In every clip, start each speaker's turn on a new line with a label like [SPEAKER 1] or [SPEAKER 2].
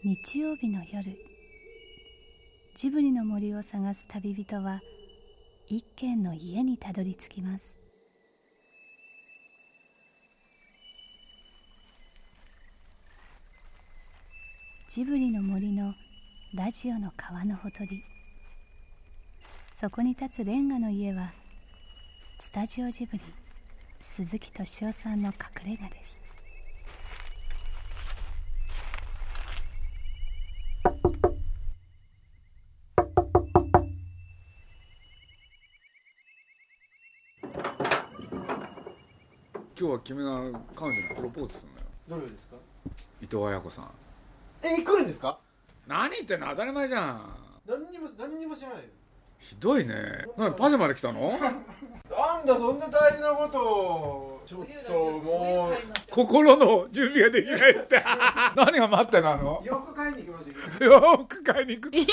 [SPEAKER 1] 日曜日の夜、ジブリの森を探す旅人は一軒の家にたどり着きます。ジブリの森のラジオの川のほとり、そこに立つレンガの家はスタジオジブリ鈴木敏夫さんの隠れ家です。
[SPEAKER 2] 今日は君が彼女にプロポーズするのよ。
[SPEAKER 3] どれですか？
[SPEAKER 2] 伊藤綾子さん。
[SPEAKER 3] 来るんですか？
[SPEAKER 2] 何言ってんの、当たり前じゃん。
[SPEAKER 3] 何にも知らないよ。
[SPEAKER 2] ひどいね。何パジャマで来たの？
[SPEAKER 3] なんだそんな大事なことを。ちょっともう
[SPEAKER 2] 心の準備ができないって何が待ってなの？
[SPEAKER 3] 洋服買いに行きましょう。
[SPEAKER 2] 洋服買いに行く。いや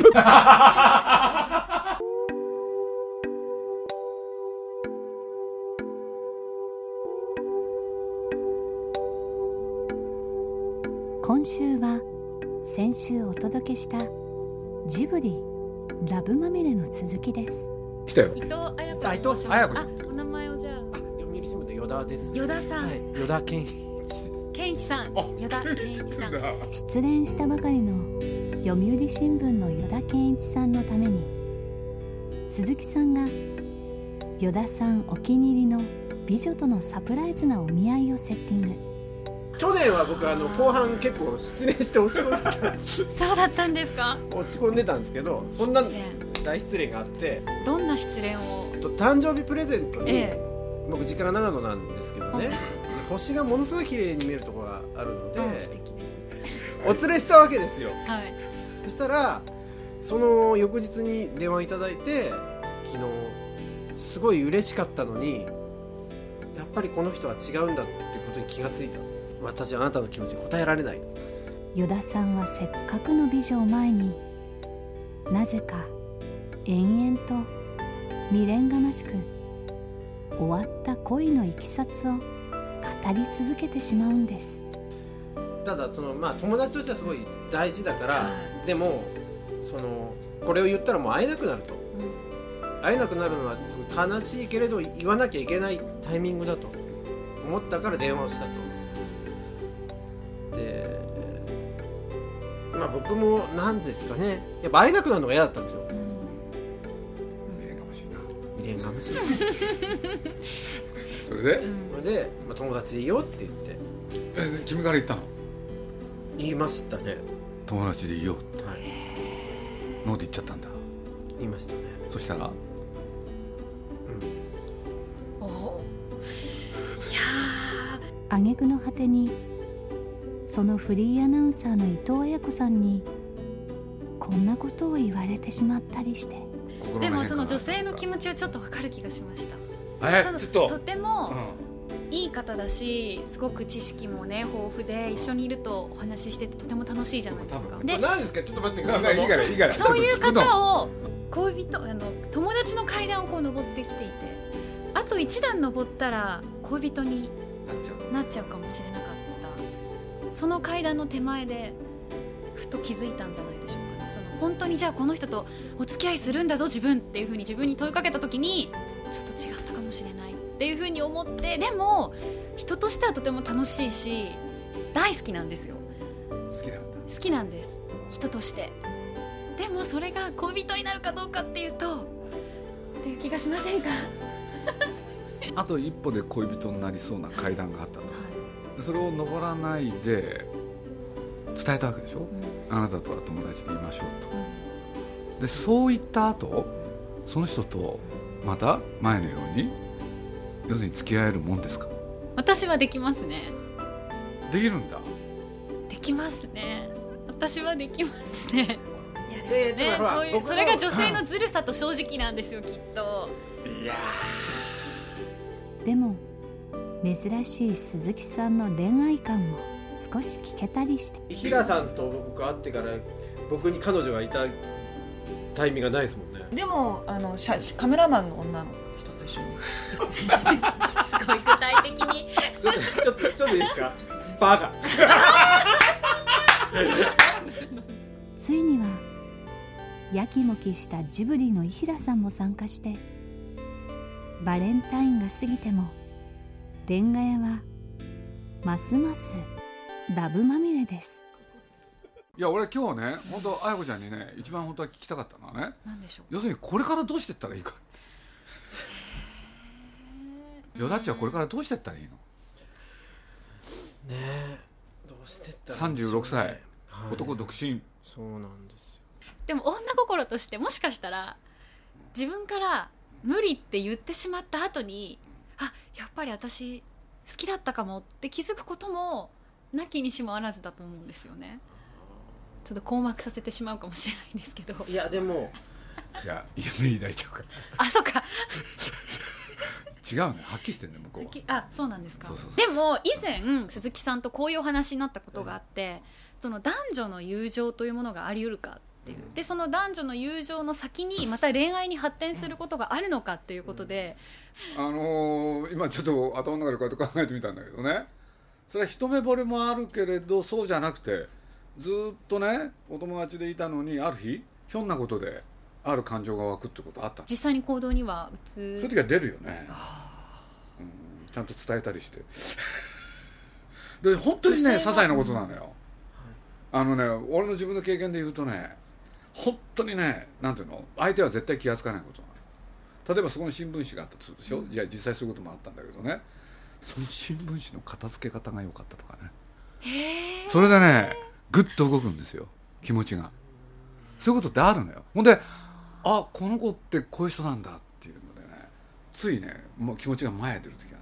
[SPEAKER 1] 今週は先週お届けしたジブリラブまみれの続きです。
[SPEAKER 2] 来たよ。
[SPEAKER 4] 伊藤綾子と申し
[SPEAKER 2] 綾子さん。
[SPEAKER 4] ます。お名前をじゃあ。
[SPEAKER 3] 読売新聞で依田です。
[SPEAKER 4] 依田さん。
[SPEAKER 3] はい、依田健一です。
[SPEAKER 4] 健一さん。依田健一さん。
[SPEAKER 1] 失恋したばかりの読売新聞の依田健一さんのために、鈴木さんが依田さんお気に入りの美女とのサプライズなお見合いをセッティング。
[SPEAKER 3] 去年は僕後半結構失恋して落ち込んでたんです
[SPEAKER 4] そうだったんですか？
[SPEAKER 3] 落ち込んでたんですけど、そんな大失恋があって。
[SPEAKER 4] どんな失恋を？
[SPEAKER 3] 誕生日プレゼントに、僕実家が長野なんですけどね、星がものすごい綺麗に見えるところがあるので、
[SPEAKER 4] 素敵です。
[SPEAKER 3] お連れしたわけですよ。
[SPEAKER 4] はい。
[SPEAKER 3] そしたらその翌日に電話いただいて、昨日すごい嬉しかったのに、やっぱりこの人は違うんだってことに気がついた。私はあなたの気持ちに応えられない。
[SPEAKER 1] 依田さんはせっかくの美女を前に、なぜか延々と未練がましく終わった恋のいきさつを語り続けてしまうんです。
[SPEAKER 3] ただ友達としてはすごい大事だから、でもこれを言ったらもう会えなくなると、会えなくなるのはすごい悲しいけれど言わなきゃいけないタイミングだと思ったから電話をしたと。で、僕も何ですかね、やっぱ会えなくなるのが嫌だったんですよ。
[SPEAKER 2] 未練がましいな。
[SPEAKER 3] 未練がましい
[SPEAKER 2] それで、
[SPEAKER 3] それで、友達でいいよって言って。
[SPEAKER 2] 君から言ったの？
[SPEAKER 3] 言いましたね。
[SPEAKER 2] 友達でいいよって。
[SPEAKER 3] はい。
[SPEAKER 2] ノーって言っちゃったんだ。
[SPEAKER 3] 言いましたね。
[SPEAKER 2] そしたら
[SPEAKER 4] おお。いや
[SPEAKER 1] 挙句の果てにそのフリーアナウンサーの伊藤綾子さんにこんなことを言われてしまったりして。
[SPEAKER 4] でもその女性の気持ちはちょっと分かる気がしました。
[SPEAKER 2] ちょっと
[SPEAKER 4] とてもいい方だし、すごく知識もね豊富で、一緒にいるとお話ししててとても楽しいじゃないですか。
[SPEAKER 3] で、何ですか？ちょっと待ってくだ
[SPEAKER 2] さい。いいから。
[SPEAKER 4] そういう方を恋人友達の階段をこう登ってきていて、あと一段登ったら恋人になっちゃうかもしれなかった、その階段の手前でふと気づいたんじゃないでしょうかね。本当にじゃあこの人とお付き合いするんだぞ自分っていう風に自分に問いかけた時に、ちょっと違ったかもしれないっていう風に思って、でも人としてはとても楽しいし大好きなんですよ。好きなんです、人として。でもそれが恋人になるかどうかっていうとっていう気がしませんか？
[SPEAKER 2] あと一歩で恋人になりそうな階段があったと、それを登らないで伝えたわけでしょ、あなたとは友達でいましょうと、でそう言った後、その人とまた前のように要するに付き合えるもんですか？
[SPEAKER 4] 私はできますね。
[SPEAKER 2] できるんだ。
[SPEAKER 4] できますね、私はできますね。
[SPEAKER 3] いやでもね、
[SPEAKER 4] それが女性のずるさと正直なんですよ、きっと。
[SPEAKER 2] いや
[SPEAKER 1] でも珍しい鈴木さんの恋愛観も少し聞けたりして。
[SPEAKER 3] 平さんと僕会ってから僕に彼女がいたタイミングがないですもんね。
[SPEAKER 5] でもカメラマンの女の人と一緒に
[SPEAKER 4] すごい具体的に
[SPEAKER 3] ちょっといいですか？バカ
[SPEAKER 1] ついにはやきもきしたジブリの伊平さんも参加して、バレンタインが過ぎてもレンガ屋はますますラブまみれです。
[SPEAKER 2] いや俺今日ね本当あやこちゃんにね一番本当は聞きたかったのはね、
[SPEAKER 4] 何でしょう。
[SPEAKER 2] 要するにこれからどうしていったらいいか。よだっちはこれからどうしていったらいいの。
[SPEAKER 3] ねえ、どうしてったらいいんでしょうね。
[SPEAKER 2] 36歳、
[SPEAKER 3] はい、
[SPEAKER 2] 男独身。
[SPEAKER 3] そうなんですよ。
[SPEAKER 4] でも女心としてもしかしたら自分から無理って言ってしまった後に、あ、やっぱり私好きだったかもって気づくこともなきにしもあらずだと思うんですよね。ちょっと困惑させてしまうかもしれないんですけど。
[SPEAKER 3] いやでも
[SPEAKER 2] いや夢抱いちゃうから
[SPEAKER 4] あ、そうか
[SPEAKER 2] 違うね、はっきりしてるね向こうは。
[SPEAKER 4] あ、そうなんですか。
[SPEAKER 2] そうそうそう。
[SPEAKER 4] でも以前鈴木さんとこういうお話になったことがあって、その男女の友情というものがあり得るかっていう、でその男女の友情の先にまた恋愛に発展することがあるのかっていうことで、
[SPEAKER 2] 今ちょっと頭の中でこうやって考えてみたんだけどね、それは一目惚れもあるけれどそうじゃなくてずっとねお友達でいたのにある日ひょんなことである感情が湧くってことあった。
[SPEAKER 4] 実際に行動には移
[SPEAKER 2] そういう時は出るよね、ちゃんと伝えたりしてで本当にね些細なことなのよ、俺の自分の経験で言うとね、本当にね、なんていうの、相手は絶対気がつかないことなの。例えばそこに新聞紙があったとするでしょ、いや実際そういうこともあったんだけどね、その新聞紙の片付け方が良かったとかね、それでねグッと動くんですよ気持ちが。そういうことってあるのよ。ほんで、あ、この子ってこういう人なんだっていうのでね、ついねもう気持ちが前へ出る時があ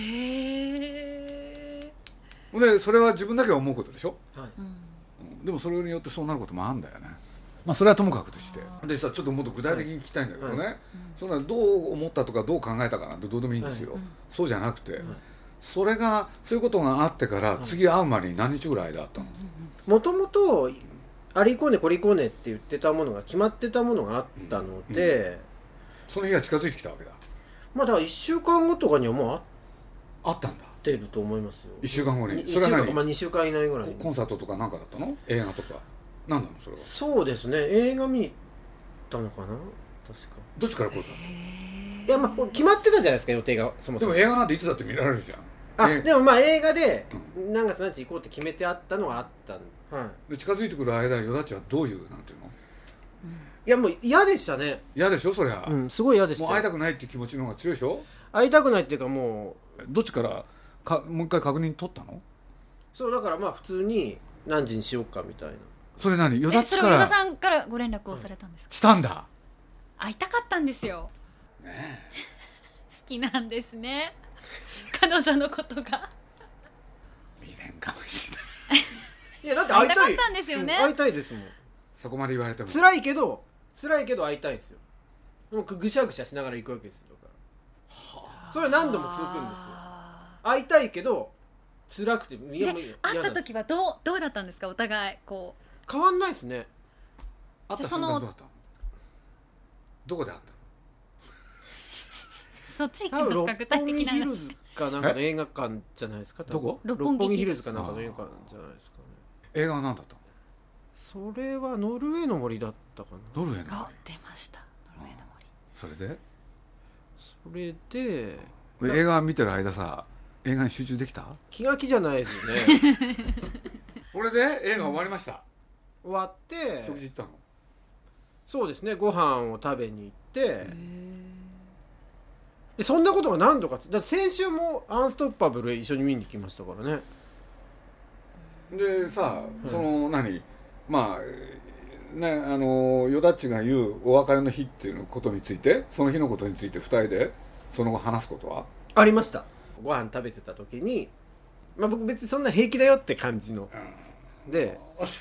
[SPEAKER 2] る。ほんでそれは自分だけが思うことでしょ、はい、でもそれによってそうなることもあるんだよね。まあそれはともかくとして、でさ、ちょっともっと具体的に聞きたいんだけどね、そんなどう思ったとかどう考えたかなんてどうでもいいんですよ、そうじゃなくて、それがそういうことがあってから次会うまでに何日ぐらい間あったの。
[SPEAKER 3] もともとあれ行こうねこれ行こうねって言ってたものが決まってたものがあったので、
[SPEAKER 2] その日が近づいてきたわけだ。
[SPEAKER 3] まあだから1週間後とかにはもう
[SPEAKER 2] あったんだ。
[SPEAKER 3] ってると思いますよ。
[SPEAKER 2] 1週間後に。
[SPEAKER 3] それは何、2週間以内ぐらいに
[SPEAKER 2] コンサートとか何かだったの、映画とか何なのそれは。
[SPEAKER 3] そうですね、映画見に行ったのかな確か。
[SPEAKER 2] どっちから来るか。
[SPEAKER 3] いやまあ決まってたじゃないですか予定が。そもそも
[SPEAKER 2] でも映画なんていつだって見られるじゃん。
[SPEAKER 3] でもまあ映画で何月何日行こうって決めてあったのはあったんで、はい、
[SPEAKER 2] で近づいてくる間よだちはどういうなんていうの、
[SPEAKER 3] いやもう嫌でしたね。
[SPEAKER 2] 嫌でしょそりゃ、
[SPEAKER 3] すごい嫌でした。
[SPEAKER 2] もう会いたくないっていう気持ちの方が強いでしょ。
[SPEAKER 3] 会いたくないっていうかもう
[SPEAKER 2] どっちからもう一回確認取ったの。
[SPEAKER 3] そうだからまあ普通に何時にしようかみたいな。
[SPEAKER 2] それ何よだちから
[SPEAKER 4] それを与田さんからご連絡をされたんですか。
[SPEAKER 2] したんだ。
[SPEAKER 4] 会いたかったんですよ、
[SPEAKER 2] ね、
[SPEAKER 4] 好きなんですね彼女のことが。
[SPEAKER 2] 未練かもしれない
[SPEAKER 3] いやだって会いたい。
[SPEAKER 4] 会いたかったんですよね、
[SPEAKER 3] 会いたいですもん。
[SPEAKER 2] そこまで言われても
[SPEAKER 3] 辛いけど会いたいんですよ。もうぐしゃぐしゃしながら行くわけですよ。だからそれは何度も続くんですよ。会いたいけど辛くていやもう
[SPEAKER 4] 会った時はどうだったんですかお互いこう。
[SPEAKER 3] 変わんないですね。
[SPEAKER 2] 会った瞬間どうだったの。どこで会ったの。
[SPEAKER 4] そっち
[SPEAKER 3] 多分
[SPEAKER 4] 行くのか具体的な
[SPEAKER 3] 六本木ヒルズかなんかの映画館じゃないですか。
[SPEAKER 2] どこ。
[SPEAKER 3] 六本木ヒルズかなんかの映画館じゃないですかね。
[SPEAKER 2] 映画は何だったの。
[SPEAKER 3] それはノルウェーの森だったかな。
[SPEAKER 2] ノルウェーの森。
[SPEAKER 4] あ、出ましたノルウェーの森。
[SPEAKER 2] それで映画見てる間さ、映画に集中できた。
[SPEAKER 3] 気が気じゃないですよね
[SPEAKER 2] これで映画終わりました、
[SPEAKER 3] 終わって
[SPEAKER 2] 食事行ったの。
[SPEAKER 3] そうですね、ご飯を食べに行って、でそんなことが何度か。だって先週もアンストッパブル一緒に見に来ましたからね。
[SPEAKER 2] でさ、その何まあね、よだっちが言うお別れの日っていうことについて、その日のことについて2人でその後話すことは
[SPEAKER 3] ありました。ご飯食べてた時に、まあ、僕別にそんな平気だよって感じの、で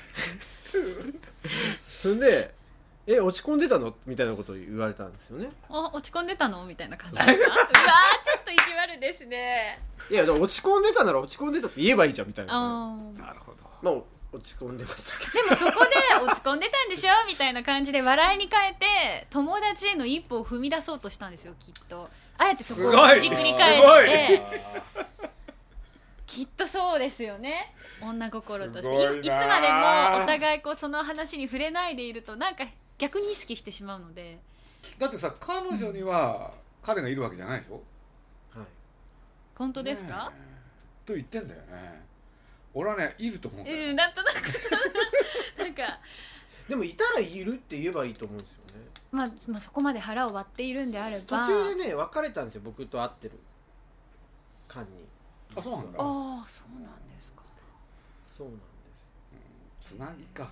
[SPEAKER 3] それで落ち込んでたのみたいなことを言われたんですよね。
[SPEAKER 4] 落ち込んでたのみたいな感じですかうわーちょっと意地悪ですね。
[SPEAKER 3] いやでも落ち込んでたなら落ち込んでたって言えばいいじゃんみたいな、
[SPEAKER 2] なるほど。
[SPEAKER 3] まあ落ち込んでましたけど
[SPEAKER 4] でもそこで落ち込んでたんでしょみたいな感じで笑いに変えて友達への一歩を踏み出そうとしたんですよきっと。あえてそこをひっくり返してきっとそうですよね、女心とし
[SPEAKER 2] すごいな
[SPEAKER 4] ていつまでもお互いこうその話に触れないでいるとなんか逆に意識してしまうので。
[SPEAKER 2] だってさ彼女には彼がいるわけじゃないでしょ、
[SPEAKER 3] はい、
[SPEAKER 4] 本当ですか、
[SPEAKER 2] ねと言ってんだよね。俺はねいると思うんだよ、
[SPEAKER 4] なんとなくそんななんか
[SPEAKER 3] でもいたらいるって言えばいいと思うんですよね。
[SPEAKER 4] まあそこまで腹を割っているんであれば
[SPEAKER 3] 途中でね別れたんですよ、僕と会ってる間に。
[SPEAKER 2] あ、そうなんだ。
[SPEAKER 4] ああそうなんですか。
[SPEAKER 3] そうなんです
[SPEAKER 2] つなぎか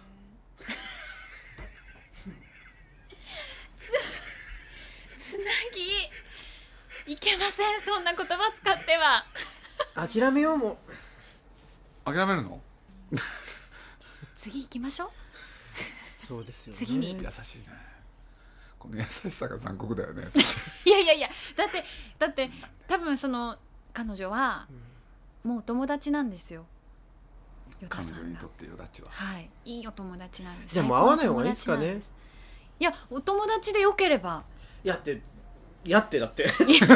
[SPEAKER 4] つなぎいけません、そんな言葉使っては。
[SPEAKER 3] 諦めよう。も
[SPEAKER 2] 諦めるの
[SPEAKER 4] 次行きましょう。
[SPEAKER 3] そうですよね。
[SPEAKER 4] 次に
[SPEAKER 2] 優しいね。この優しさが残酷だよね
[SPEAKER 4] いやだって多分その彼女はもうお友達なんですよ、与田
[SPEAKER 2] 彼
[SPEAKER 4] さんが。
[SPEAKER 2] 女にとってよだちは。
[SPEAKER 4] はい、いいお友達なんです。
[SPEAKER 3] じゃあもう会わない方がいいですかね。
[SPEAKER 4] 最高の友達なんです。いやお友達でよければ。
[SPEAKER 3] やってだって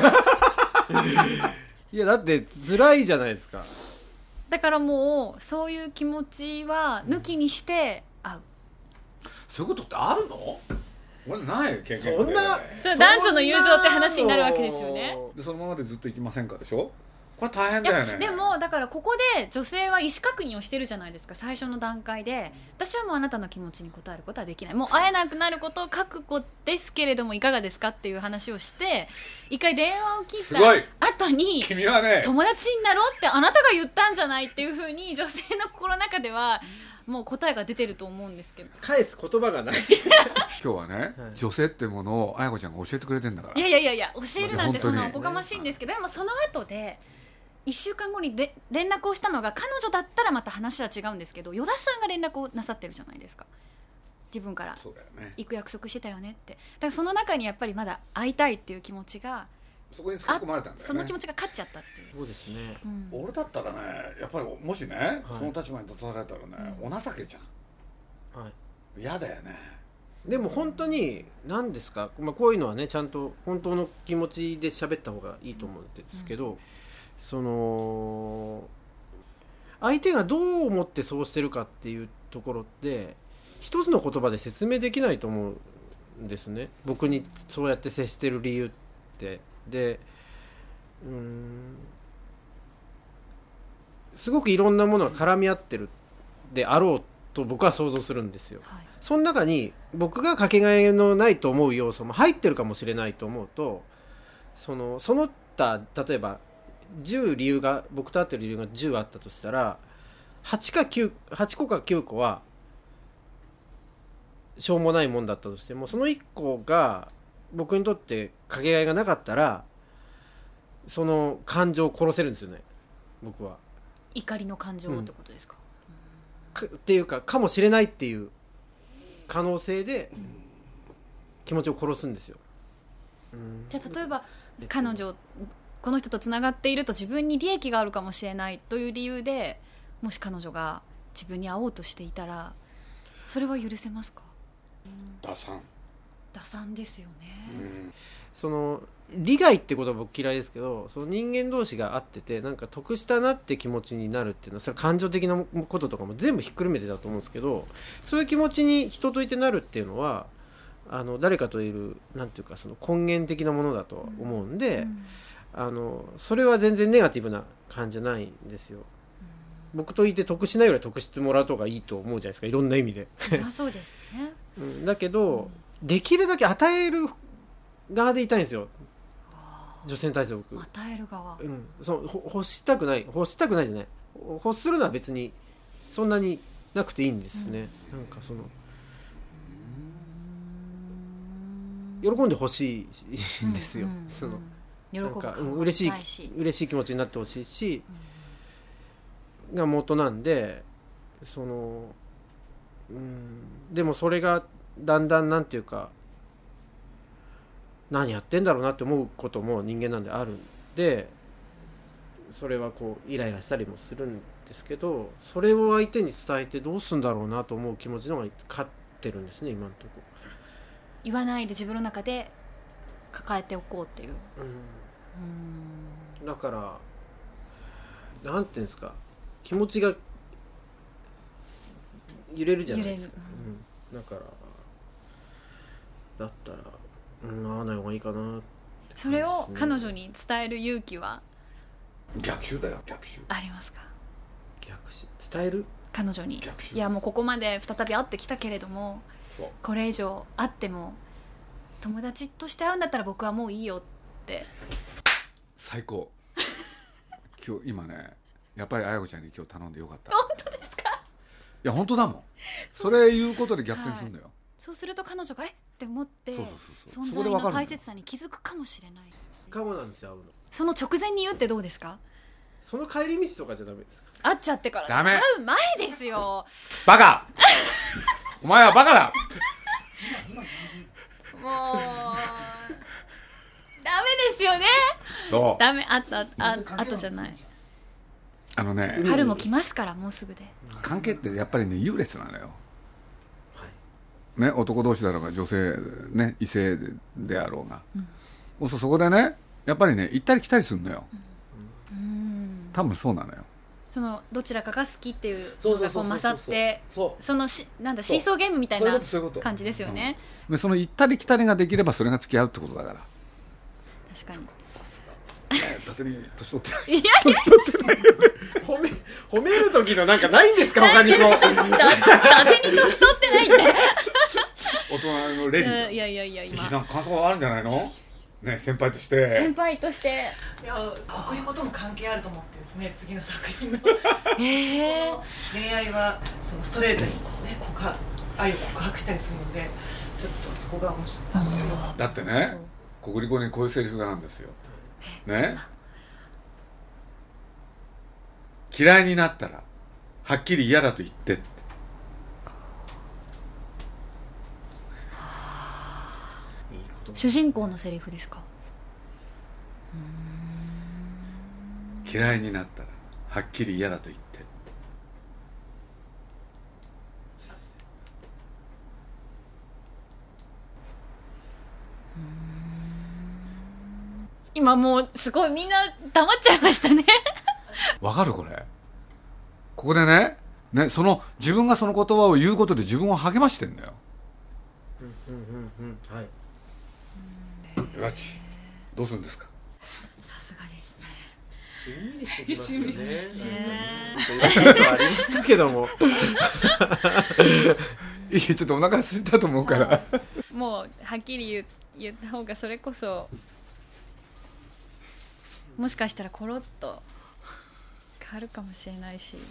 [SPEAKER 3] いやだって辛いじゃないですか。
[SPEAKER 4] だからもうそういう気持ちは抜きにして会う、
[SPEAKER 2] そういうことってあるの？俺ない経験で。
[SPEAKER 3] そんな
[SPEAKER 4] それ男女の友情って話になるわけですよね。
[SPEAKER 2] でそのままでずっと行きませんかでしょ。これ大変だよね。
[SPEAKER 4] でもだからここで女性は意思確認をしてるじゃないですか、最初の段階で。私はもうあなたの気持ちに応えることはできない、もう会えなくなることを覚悟ですけれどもいかがですかっていう話をして、一回電話を切った後に
[SPEAKER 2] 君はね
[SPEAKER 4] 友達になろうってあなたが言ったんじゃないっていう風に女性の心の中ではもう答えが出てると思うんですけど。
[SPEAKER 3] 返す言葉がない
[SPEAKER 2] 今日はね、女性ってものを綾子ちゃんが教えてくれてんだから。
[SPEAKER 4] いや教えるなんてそんなお
[SPEAKER 2] 本当に
[SPEAKER 4] こがましいんですけど、でもその後で1週間後に連絡をしたのが彼女だったらまた話は違うんですけど、与田さんが連絡をなさってるじゃないですか、自分から
[SPEAKER 2] そうだよね。
[SPEAKER 4] 行く約束してたよねって。だからその中にやっぱりまだ会いたいっていう気持ちが
[SPEAKER 2] そこに突っ込まれたんだよね。
[SPEAKER 4] その気持ちが勝っちゃったっていう。
[SPEAKER 3] そうですね、
[SPEAKER 2] 俺だったらねやっぱりもしね、その立場に立たされたらね、お情けじゃん。
[SPEAKER 3] はい、
[SPEAKER 2] 嫌だよね。
[SPEAKER 3] でも本当に何ですか、こういうのはねちゃんと本当の気持ちで喋った方がいいと思うんですけど、その相手がどう思ってそうしてるかっていうところって一つの言葉で説明できないと思うんですね、僕にそうやって接してる理由って。ですごくいろんなものが絡み合ってるであろうと僕は想像するんですよ、はい、その中に僕がかけがえのないと思う要素も入ってるかもしれないと思うと、その他例えば10理由が僕と会ってる理由が10あったとしたら8個か9個はしょうもないもんだったとしても、その1個が僕にとってかけがえがなかったらその感情を殺せるんですよね、僕は。
[SPEAKER 4] 怒りの感情ってことですか、
[SPEAKER 3] っていうかもしれないっていう可能性で気持ちを殺すんですよ。
[SPEAKER 4] じゃあ例えば彼女この人とつながっていると自分に利益があるかもしれないという理由でもし彼女が自分に会おうとしていたらそれは許せますか？打算ですよね、
[SPEAKER 3] その利害ってことは僕嫌いですけど、その人間同士が会っててなんか得したなって気持ちになるっていうのはそれ感情的なこととかも全部ひっくるめてだと思うんですけど、そういう気持ちに人といてなるっていうのは誰かといるなんていうかその根源的なものだと思うんで、それは全然ネガティブな感じじゃないんですよ。僕といて得しないよりは得してもらうとがいいと思うじゃないですか、いろんな意味で
[SPEAKER 4] そうですよね、
[SPEAKER 3] だけど、できるだけ与える側でいたいんですよ、女性に対して僕。
[SPEAKER 4] 与える側、
[SPEAKER 3] 欲したくないじゃない、欲するのは別にそんなになくていいんですね、なんかその喜んでほしいんですよ、そのなんか嬉しい気持ちになってほしいし、が元なんで、そのでもそれがだんだんなんていうか何やってんだろうなって思うことも人間なんであるんで、それはこうイライラしたりもするんですけど、それを相手に伝えてどうするんだろうなと思う気持ちの方が勝ってるんですね、今のところ。
[SPEAKER 4] 言わないで自分の中で抱えておこうっていう、
[SPEAKER 3] だからなんていうんですか、気持ちが揺れるじゃないですか、だからだったら会わない方がいいかなって、ね、
[SPEAKER 4] それを彼女に伝える勇気は
[SPEAKER 2] 逆襲だよ、逆襲
[SPEAKER 4] ありますか？
[SPEAKER 3] 逆襲伝える
[SPEAKER 4] 彼女に、いやもうここまで再び会ってきたけれども、これ以上会っても友達として会うんだったら僕はもういいよって。
[SPEAKER 2] 最高今日今ね、やっぱり綾子ちゃんに今日頼んでよかった。
[SPEAKER 4] 本当ですか？
[SPEAKER 2] いや本当だもん。それ言うことで逆転するんだよ、はい、
[SPEAKER 4] そうすると彼女がって思って
[SPEAKER 2] そう
[SPEAKER 4] 存在の大切さに気づくかもしれない。
[SPEAKER 3] かもなんですよ、会うの。
[SPEAKER 4] その直前に言うってどうですか？
[SPEAKER 3] その帰り道とかじゃダメですか？
[SPEAKER 4] 会っちゃってから。
[SPEAKER 2] ダメ、
[SPEAKER 4] 会う前ですよ。
[SPEAKER 2] バカお前はバカだ
[SPEAKER 4] もうダメですよね。
[SPEAKER 2] そう
[SPEAKER 4] ダメ、あとじゃない。
[SPEAKER 2] 春
[SPEAKER 4] も来ますからもうすぐで。
[SPEAKER 2] 関係ってやっぱりね優劣なのよ、ね、男同士だろうが女性、ね、異性であろうが、そこでねやっぱりね行ったり来たりするのよ、多分そうなのよ。
[SPEAKER 4] そのどちらかが好きっていうのがこう勝って、なんだシーソーゲームみたいな感じですよね。
[SPEAKER 2] その行ったり来たりができればそれが付き合うってことだから。
[SPEAKER 4] 確かに。
[SPEAKER 2] さすが伊達に年取ってない。
[SPEAKER 4] いや
[SPEAKER 2] 年取ってないよね。
[SPEAKER 3] 褒める時のなんかないんですか他にこう。
[SPEAKER 4] 伊達に年取ってないって。
[SPEAKER 2] 大人のレディー。
[SPEAKER 4] いや今。
[SPEAKER 2] なんか感想があるんじゃないの？ね、先輩として。
[SPEAKER 4] 先輩として。
[SPEAKER 5] いや国立とも関係あると思ってですね、次の作品の。恋愛はそのストレートにこうね愛を告白したりするので、ちょっとそこが面白い。
[SPEAKER 2] だってね、国立にこういうセリフがあるんですよ。ね。嫌いになったらはっきり嫌だと言ってって。
[SPEAKER 4] 主人公のセリフですか？
[SPEAKER 2] 嫌いになったらはっきり嫌だと言って。
[SPEAKER 4] 今もうすごいみんな黙っちゃいましたね。
[SPEAKER 2] わかるこれ。ここでね、その自分がその言葉を言うことで自分を励ましてんだよ。
[SPEAKER 3] はい。
[SPEAKER 2] よち、どうするんですか？
[SPEAKER 4] さすがですね。
[SPEAKER 3] しんみりしてきますよね。
[SPEAKER 4] ね。
[SPEAKER 3] ありましたけども。
[SPEAKER 2] いい、ちょっとお腹空いたと思うから。
[SPEAKER 4] もうはっきり言った方がそれこそもしかしたらコロッと変わるかもしれないし。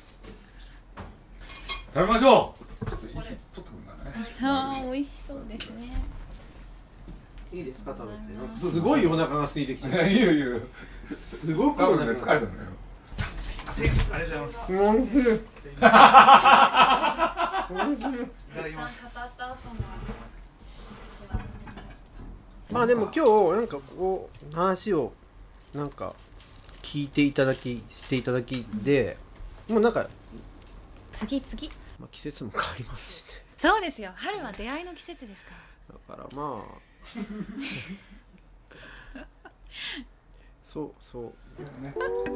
[SPEAKER 2] 食べましょう。ちょっといい取ってくるんだね。
[SPEAKER 4] ああ、美味しそうですね。
[SPEAKER 3] いいですか、食べて。すごいお腹が空いてきて。
[SPEAKER 2] いいよいいよ。
[SPEAKER 3] すごく
[SPEAKER 2] 多分ね疲れたんだよ。
[SPEAKER 6] すいません、ありがとうございます。いただきます。
[SPEAKER 3] まあでも今日なんかこう話をなんか聞いていただきしていただきで、もうなんか
[SPEAKER 4] 次、
[SPEAKER 3] まあ、季節も変わりますしね。
[SPEAKER 4] そうですよ、春は出会いの季節ですから。
[SPEAKER 3] だからまあそうね。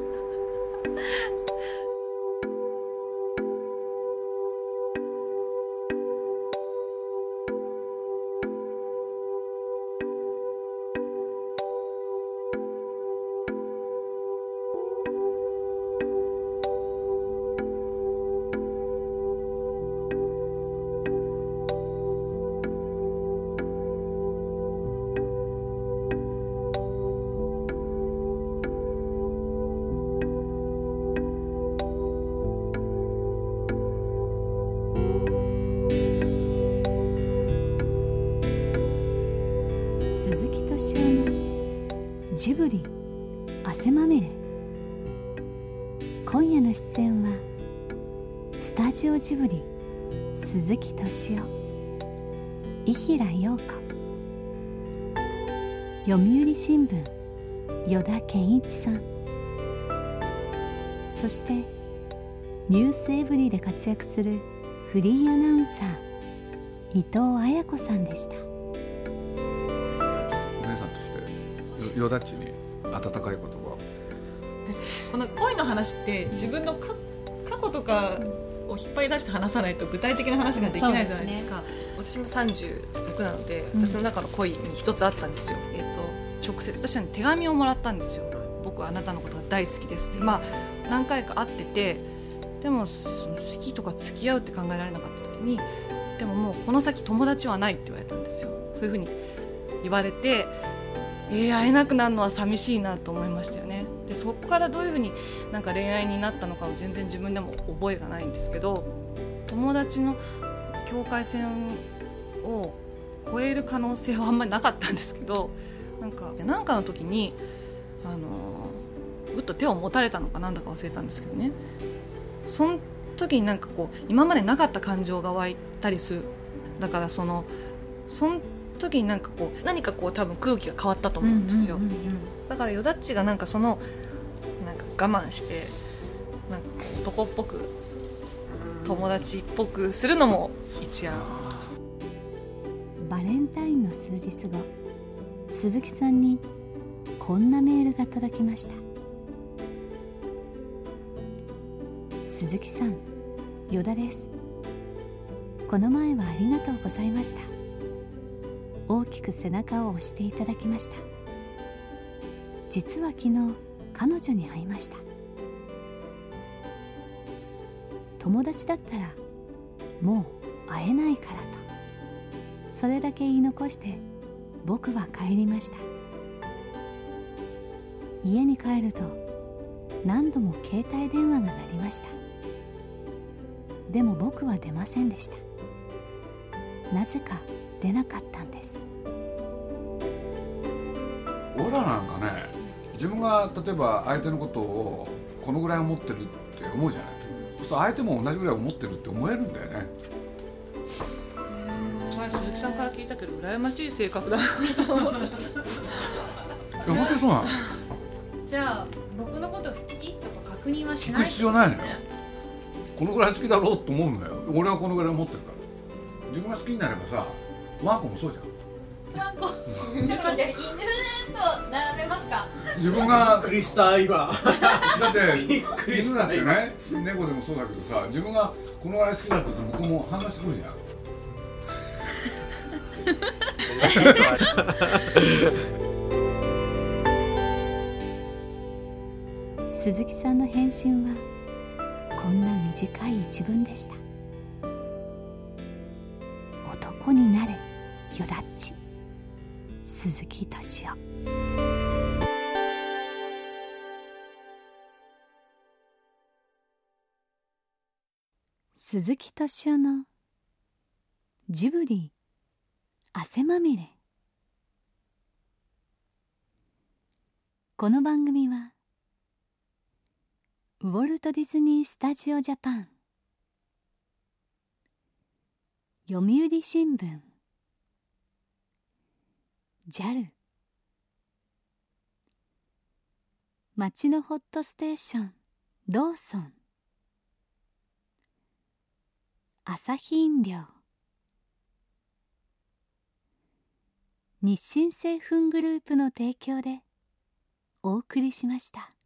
[SPEAKER 1] ジブリ汗まみれ。今夜の出演はスタジオジブリ鈴木敏夫、伊平陽子、読売新聞依田健一さん、そしてニュースエブリィで活躍するフリーアナウンサー伊藤綾子さんでした。
[SPEAKER 2] お姉さんとしてよだっちに温かい言葉を。
[SPEAKER 5] この恋の話って自分の過去とかを引っ張り出して話さないと具体的な話ができないじゃないですか。私も36なので、私の中の恋に一つあったんですよ。直接私は手紙をもらったんですよ。僕はあなたのことが大好きですって、何回か会ってて、でも好きとか付き合うって考えられなかった時に、でももうこの先友達はないって言われたんですよ。そういうふうに言われて、会えなくなるのは寂しいなと思いましたよね。でそこからどういうふうになんか恋愛になったのかも全然自分でも覚えがないんですけど、友達の境界線を越える可能性はあんまりなかったんですけど、なんかの時にぐっと手を持たれたのかなんだか忘れたんですけどね、その時に今までなかった感情が湧いたりする。だからその時に何か多分空気が変わったと思うんですよ。だからよだっちが我慢して男っぽく友達っぽくするのも一案。
[SPEAKER 1] バレンタインの数日後、鈴木さんにこんなメールが届きました。鈴木さん、依田です。この前はありがとうございました。大きく背中を押していただきました。実は昨日彼女に会いました。友達だったらもう会えないからと、それだけ言い残して僕は帰りました。家に帰ると何度も携帯電話が鳴りました。でも僕は出ませんでした。なぜか出なかったんです。
[SPEAKER 2] 俺らなんかね、自分が例えば相手のことをこのぐらい思ってるって思うじゃない。そう相手も同じぐらい思ってるって思えるんだよね。
[SPEAKER 5] 前鈴木さんから聞いたけど羨ましい性格だな。
[SPEAKER 2] 本当にそうなの。
[SPEAKER 4] じゃあ僕のこと好きとか確認はしない。
[SPEAKER 2] 聞く必要ないのよ。このぐらい好きだろうと思うんだよ。俺はこのぐらい思ってるから。自分が好きになればさ、ワンコもそうじゃん。
[SPEAKER 4] ワンコ、ちょっと待って、犬と並べますか。
[SPEAKER 2] 自分が
[SPEAKER 3] クリスタ今
[SPEAKER 2] だって
[SPEAKER 3] びっくりし
[SPEAKER 2] 犬
[SPEAKER 3] た
[SPEAKER 2] だってね、猫でもそうだけどさ、自分がこのぐらい好きだって言うと向こうも反応してくるじゃん。
[SPEAKER 1] 鈴木さんの返信はこんな短い一文でした。男になれよだっち、鈴木敏夫。鈴木敏夫のジブリ汗まみれ。この番組はウォルト・ディズニー・スタジオ・ジャパン、読売新聞、JAL、町のホットステーションローソン、アサヒ飲料、日清製粉グループの提供でお送りしました。